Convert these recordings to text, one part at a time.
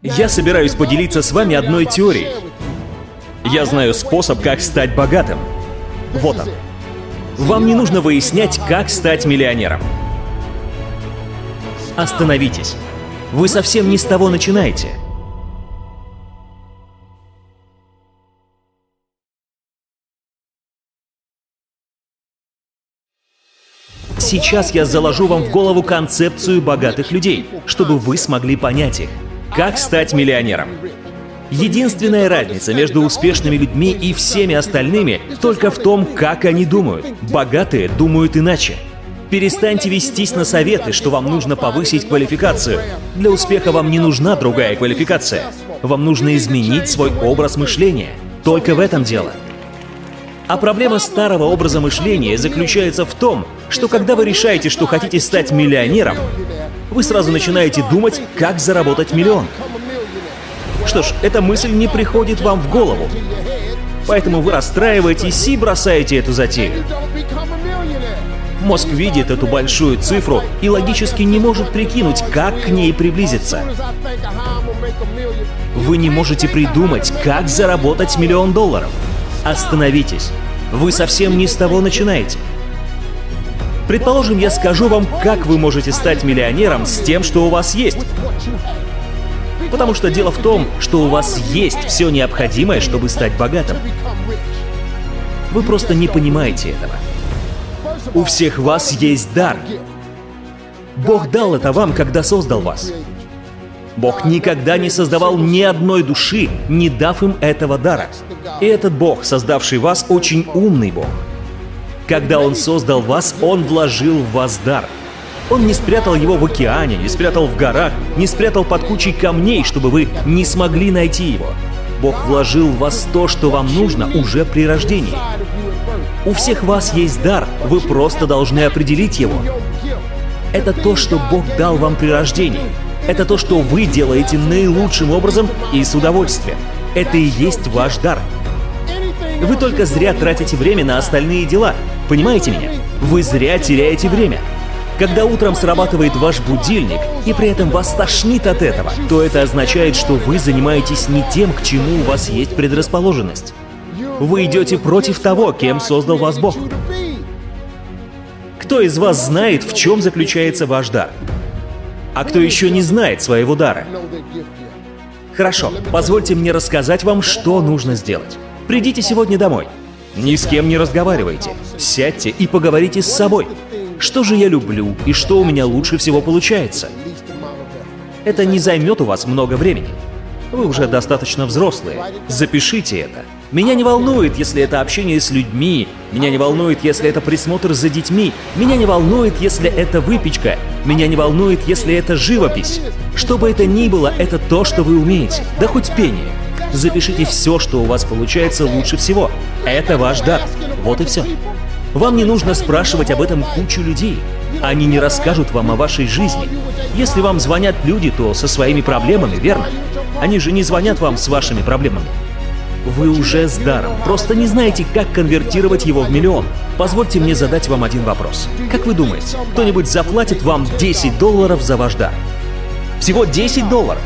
Я собираюсь поделиться с вами одной теорией. Я знаю способ, как стать богатым. Вот он. Вам не нужно выяснять, как стать миллионером. Остановитесь. Вы совсем не с того начинаете. Сейчас я заложу вам в голову концепцию богатых людей, чтобы вы смогли понять их. Как стать миллионером? Единственная разница между успешными людьми и всеми остальными только в том, как они думают. Богатые думают иначе. Перестаньте вестись на советы, что вам нужно повысить квалификацию. Для успеха вам не нужна другая квалификация. Вам нужно изменить свой образ мышления. Только в этом дело. А проблема старого образа мышления заключается в том, что когда вы решаете, что хотите стать миллионером, вы сразу начинаете думать, как заработать миллион. Что ж, эта мысль не приходит вам в голову. Поэтому вы расстраиваетесь и бросаете эту затею. Мозг видит эту большую цифру и логически не может прикинуть, как к ней приблизиться. Вы не можете придумать, как заработать $1 миллион. Остановитесь. Вы совсем не с того начинаете. Предположим, я скажу вам, как вы можете стать миллионером с тем, что у вас есть. Потому что дело в том, что у вас есть все необходимое, чтобы стать богатым. Вы просто не понимаете этого. У всех вас есть дар. Бог дал это вам, когда создал вас. Бог никогда не создавал ни одной души, не дав им этого дара. И этот Бог, создавший вас, очень умный Бог. Когда Он создал вас, Он вложил в вас дар. Он не спрятал его в океане, не спрятал в горах, не спрятал под кучей камней, чтобы вы не смогли найти его. Бог вложил в вас то, что вам нужно уже при рождении. У всех вас есть дар, вы просто должны определить его. Это то, что Бог дал вам при рождении. Это то, что вы делаете наилучшим образом и с удовольствием. Это и есть ваш дар. Вы только зря тратите время на остальные дела. Понимаете меня? Вы зря теряете время. Когда утром срабатывает ваш будильник, и при этом вас тошнит от этого, то это означает, что вы занимаетесь не тем, к чему у вас есть предрасположенность. Вы идете против того, кем создал вас Бог. Кто из вас знает, в чем заключается ваш дар? А кто еще не знает своего дара? Хорошо, позвольте мне рассказать вам, что нужно сделать. Придите сегодня домой. Ни с кем не разговаривайте. Сядьте и поговорите с собой. Что же я люблю и что у меня лучше всего получается? Это не займет у вас много времени. Вы уже достаточно взрослые. Запишите это. Меня не волнует, если это общение с людьми. Меня не волнует, если это присмотр за детьми. Меня не волнует, если это выпечка. Меня не волнует, если это живопись. Что бы это ни было, это то, что вы умеете. Да хоть пение. Запишите все, что у вас получается лучше всего. Это ваш дар. Вот и все. Вам не нужно спрашивать об этом кучу людей. Они не расскажут вам о вашей жизни. Если вам звонят люди, то со своими проблемами, верно? Они же не звонят вам с вашими проблемами. Вы уже с даром, просто не знаете, как конвертировать его в миллион. Позвольте мне задать вам один вопрос. Как вы думаете, кто-нибудь заплатит вам $10 за ваш дар? Всего $10?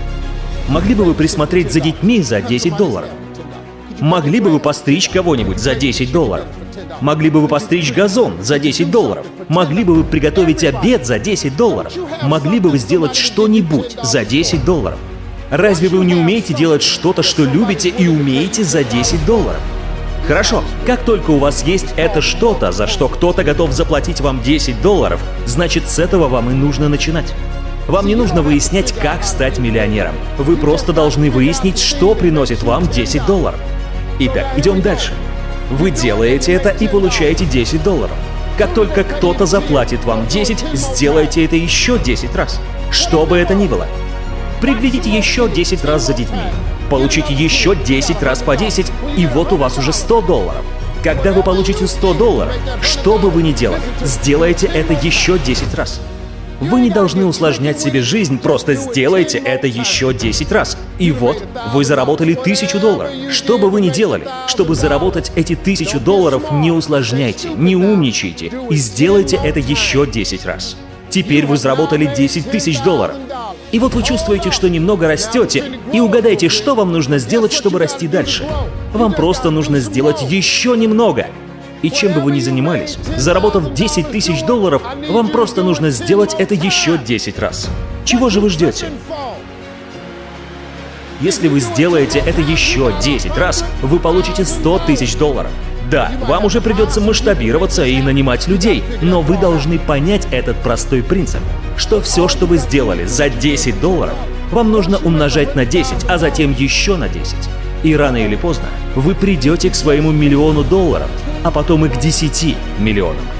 Могли бы вы присмотреть за детьми за $10? Могли бы вы постричь кого-нибудь за $10? Могли бы вы постричь газон за $10? Могли бы вы приготовить обед за $10? Могли бы вы сделать что-нибудь за $10? Разве вы не умеете делать что-то, что любите и умеете за $10? Хорошо, как только у вас есть это что-то, за что кто-то готов заплатить вам $10, значит, с этого вам и нужно начинать. Вам не нужно выяснять, как стать миллионером. Вы просто должны выяснить, что приносит вам $10. Итак, идем дальше. Вы делаете это и получаете $10. Как только кто-то заплатит вам 10, сделайте это еще 10 раз. Что бы это ни было. Приглядите еще 10 раз за детьми. Получите еще 10 раз по 10, и вот у вас уже $100. Когда вы получите $100, что бы вы ни делали, сделайте это еще 10 раз. Вы не должны усложнять себе жизнь, просто сделайте это еще 10 раз. И вот, вы заработали $1000. Что бы вы ни делали, чтобы заработать эти $1000, не усложняйте, не умничайте и сделайте это еще 10 раз. Теперь вы заработали $10 000. И вот вы чувствуете, что немного растете, и угадайте, что вам нужно сделать, чтобы расти дальше. Вам просто нужно сделать еще немного. И чем бы вы ни занимались, заработав 10 тысяч долларов, вам просто нужно сделать это еще 10 раз. Чего же вы ждете? Если вы сделаете это еще 10 раз, вы получите 100 тысяч долларов. Да, вам уже придется масштабироваться и нанимать людей, но вы должны понять этот простой принцип, что все, что вы сделали за 10 долларов, вам нужно умножать на 10, а затем еще на 10. И рано или поздно вы придете к своему $1 000 000, а потом и к 10 миллионам.